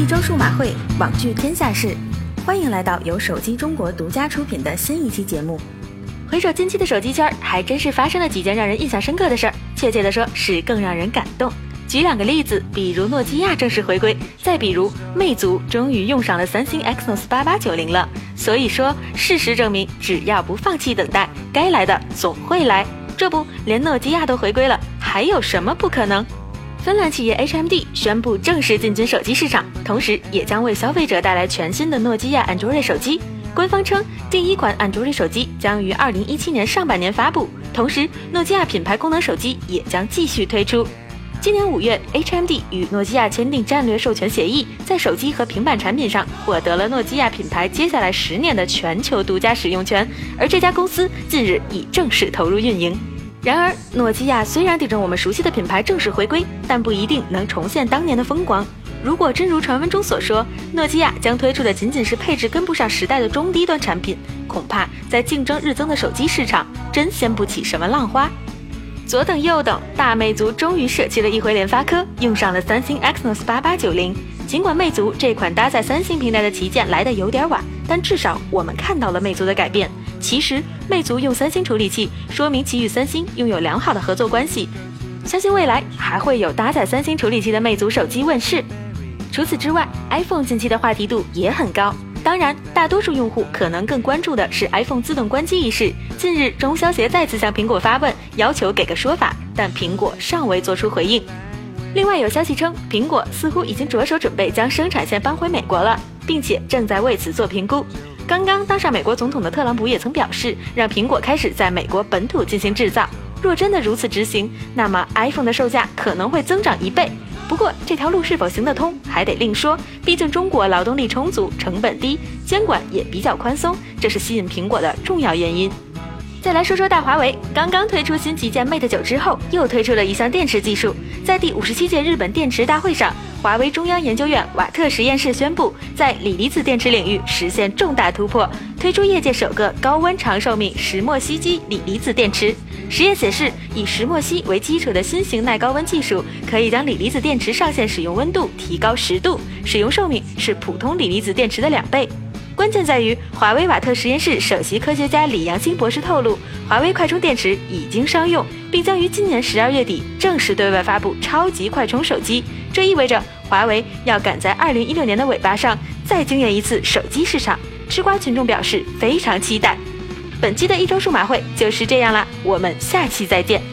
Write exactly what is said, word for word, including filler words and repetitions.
一周数码会，网聚天下事，欢迎来到由手机中国独家出品的新一期节目。回首近期的手机圈，还真是发生了几件让人印象深刻的事儿，确切的说是更让人感动。举两个例子，比如诺基亚正式回归，再比如魅族终于用上了三星 Exynos 八八九零了。所以说，事实证明，只要不放弃等待，该来的总会来。这不，连诺基亚都回归了，还有什么不可能？芬兰企业 H M D 宣布正式进军手机市场，同时也将为消费者带来全新的诺基亚 Android 手机。官方称，第一款 Android 手机将于二零一七年上半年发布，同时诺基亚品牌功能手机也将继续推出。今年五月 ，H M D 与诺基亚签订战略授权协议，在手机和平板产品上获得了诺基亚品牌接下来十年的全球独家使用权，而这家公司近日已正式投入运营。然而，诺基亚虽然顶着我们熟悉的品牌正式回归，但不一定能重现当年的风光。如果真如传闻中所说，诺基亚将推出的仅仅是配置跟不上时代的中低端产品，恐怕在竞争日增的手机市场，真掀不起什么浪花。左等右等，大魅族终于舍弃了一回联发科，用上了三星 Exynos 八八九零。尽管魅族这款搭载三星平台的旗舰来得有点晚，但至少我们看到了魅族的改变。其实，魅族用三星处理器，说明其与三星拥有良好的合作关系。相信未来还会有搭载三星处理器的魅族手机问世。除此之外 ，iPhone 近期的话题度也很高。当然，大多数用户可能更关注的是 iPhone 自动关机一事。近日，中消协再次向苹果发问，要求给个说法，但苹果尚未做出回应。另外有消息称，苹果似乎已经着手准备将生产线搬回美国了，并且正在为此做评估。刚刚当上美国总统的特朗普也曾表示，让苹果开始在美国本土进行制造。若真的如此执行，那么 iPhone 的售价可能会增长一倍。不过这条路是否行得通还得另说，毕竟中国劳动力充足，成本低，监管也比较宽松，这是吸引苹果的重要原因。再来说说大华为，刚刚推出新旗舰 Mate 九之后，又推出了一项电池技术。在第五十七届日本电池大会上，华为中央研究院瓦特实验室宣布，在锂离子电池领域实现重大突破，推出业界首个高温长寿命石墨烯基锂离子电池。实验显示，以石墨烯为基础的新型耐高温技术，可以将锂离子电池上限使用温度提高十度，使用寿命是普通锂离子电池的两倍。关键在于，华为瓦特实验室首席科学家李阳新博士透露，华为快充电池已经商用，并将于今年十二月底正式对外发布超级快充手机。这意味着华为要赶在二零一六年的尾巴上再惊艳一次手机市场。吃瓜群众表示非常期待。本期的一周数码会就是这样啦，我们下期再见。